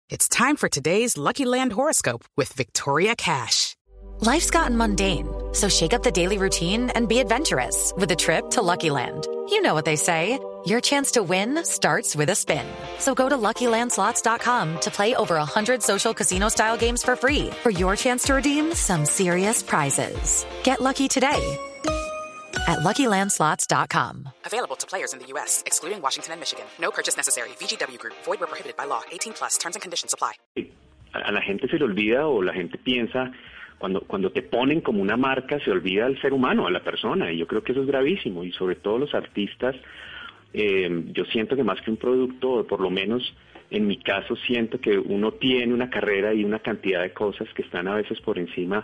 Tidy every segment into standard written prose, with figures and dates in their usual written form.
It's time for today's Lucky Land horoscope with Victoria Cash. Life's gotten mundane, so shake up the daily routine and be adventurous with a trip to Lucky Land. You know what they say, your chance to win starts with a spin. So go to LuckyLandSlots.com to play over 100 social casino-style games for free for your chance to redeem some serious prizes. Get lucky today at LuckyLandSlots.com. Available to players in the U.S., excluding Washington and Michigan. No purchase necessary. VGW Group. Void where prohibited by law. 18+. Terms and conditions apply. A la gente se le olvida o la gente piensa, cuando te ponen como una marca, se olvida al ser humano, a la persona. Y yo creo que eso es gravísimo. Y sobre todo los artistas, yo siento que más que un producto, o por lo menos en mi caso, siento que uno tiene una carrera y una cantidad de cosas que están a veces por encima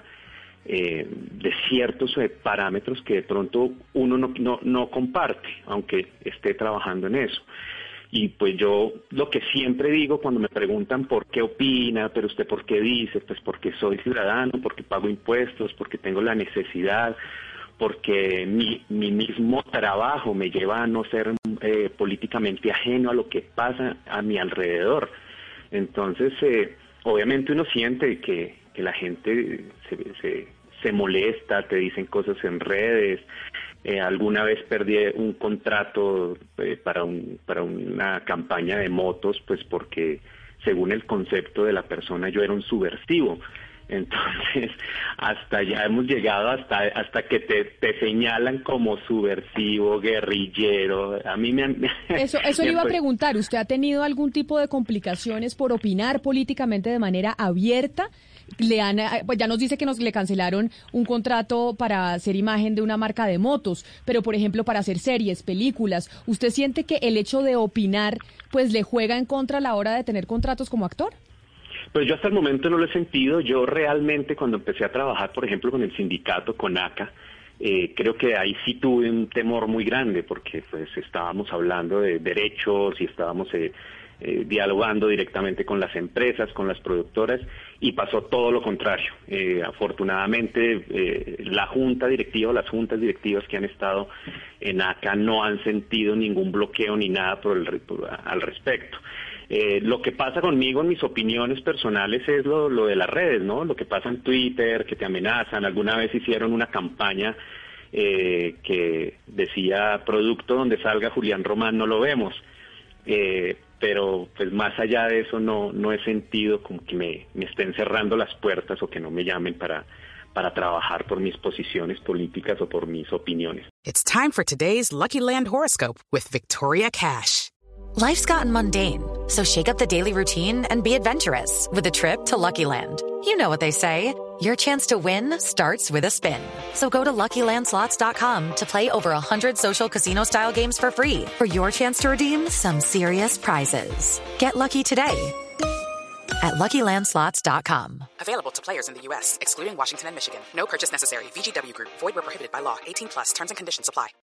de ciertos parámetros que de pronto uno no comparte, aunque esté trabajando en eso. Y pues yo lo que siempre digo cuando me preguntan por qué opina, pero usted por qué dice, pues porque soy ciudadano, porque pago impuestos, porque tengo la necesidad, porque mi mismo trabajo me lleva a no ser políticamente ajeno a lo que pasa a mi alrededor. Entonces, obviamente uno siente que la gente se molesta, te dicen cosas en redes. Alguna vez perdí un contrato para una campaña de motos, pues porque según el concepto de la persona yo era un subversivo. Entonces, hasta ya hemos llegado hasta que te señalan como subversivo, guerrillero. A mí Eso le iba a preguntar. ¿Usted ha tenido algún tipo de complicaciones por opinar políticamente de manera abierta? Pues ya nos dice que le cancelaron un contrato para hacer imagen de una marca de motos, pero por ejemplo para hacer series, películas, ¿usted siente que el hecho de opinar pues le juega en contra a la hora de tener contratos como actor? Pues yo hasta el momento no lo he sentido. Yo realmente cuando empecé a trabajar, por ejemplo, con el sindicato, con ACA, creo que ahí sí tuve un temor muy grande porque pues estábamos hablando de derechos y estábamos dialogando directamente con las empresas, con las productoras, y pasó todo lo contrario. Afortunadamente, la junta directiva, las juntas directivas que han estado en ACA no han sentido ningún bloqueo ni nada al respecto. Lo que pasa conmigo en mis opiniones personales es lo de las redes, ¿no? Lo que pasa en Twitter, que te amenazan. Alguna vez hicieron una campaña que decía producto donde salga Julián Román no lo vemos. Pero pues más allá de eso no he sentido como que me estén cerrando las puertas o que no me llamen para trabajar por mis posiciones políticas o por mis opiniones. It's time for today's Lucky Land horoscope with Victoria Cash. Life's gotten mundane, so shake up the daily routine and be adventurous with a trip to Lucky Land. You know what they say, your chance to win starts with a spin. So go to LuckyLandSlots.com to play over 100 social casino-style games for free for your chance to redeem some serious prizes. Get lucky today at LuckyLandSlots.com. Available to players in the U.S., excluding Washington and Michigan. No purchase necessary. VGW Group. Void where prohibited by law. 18+. Terms and conditions apply.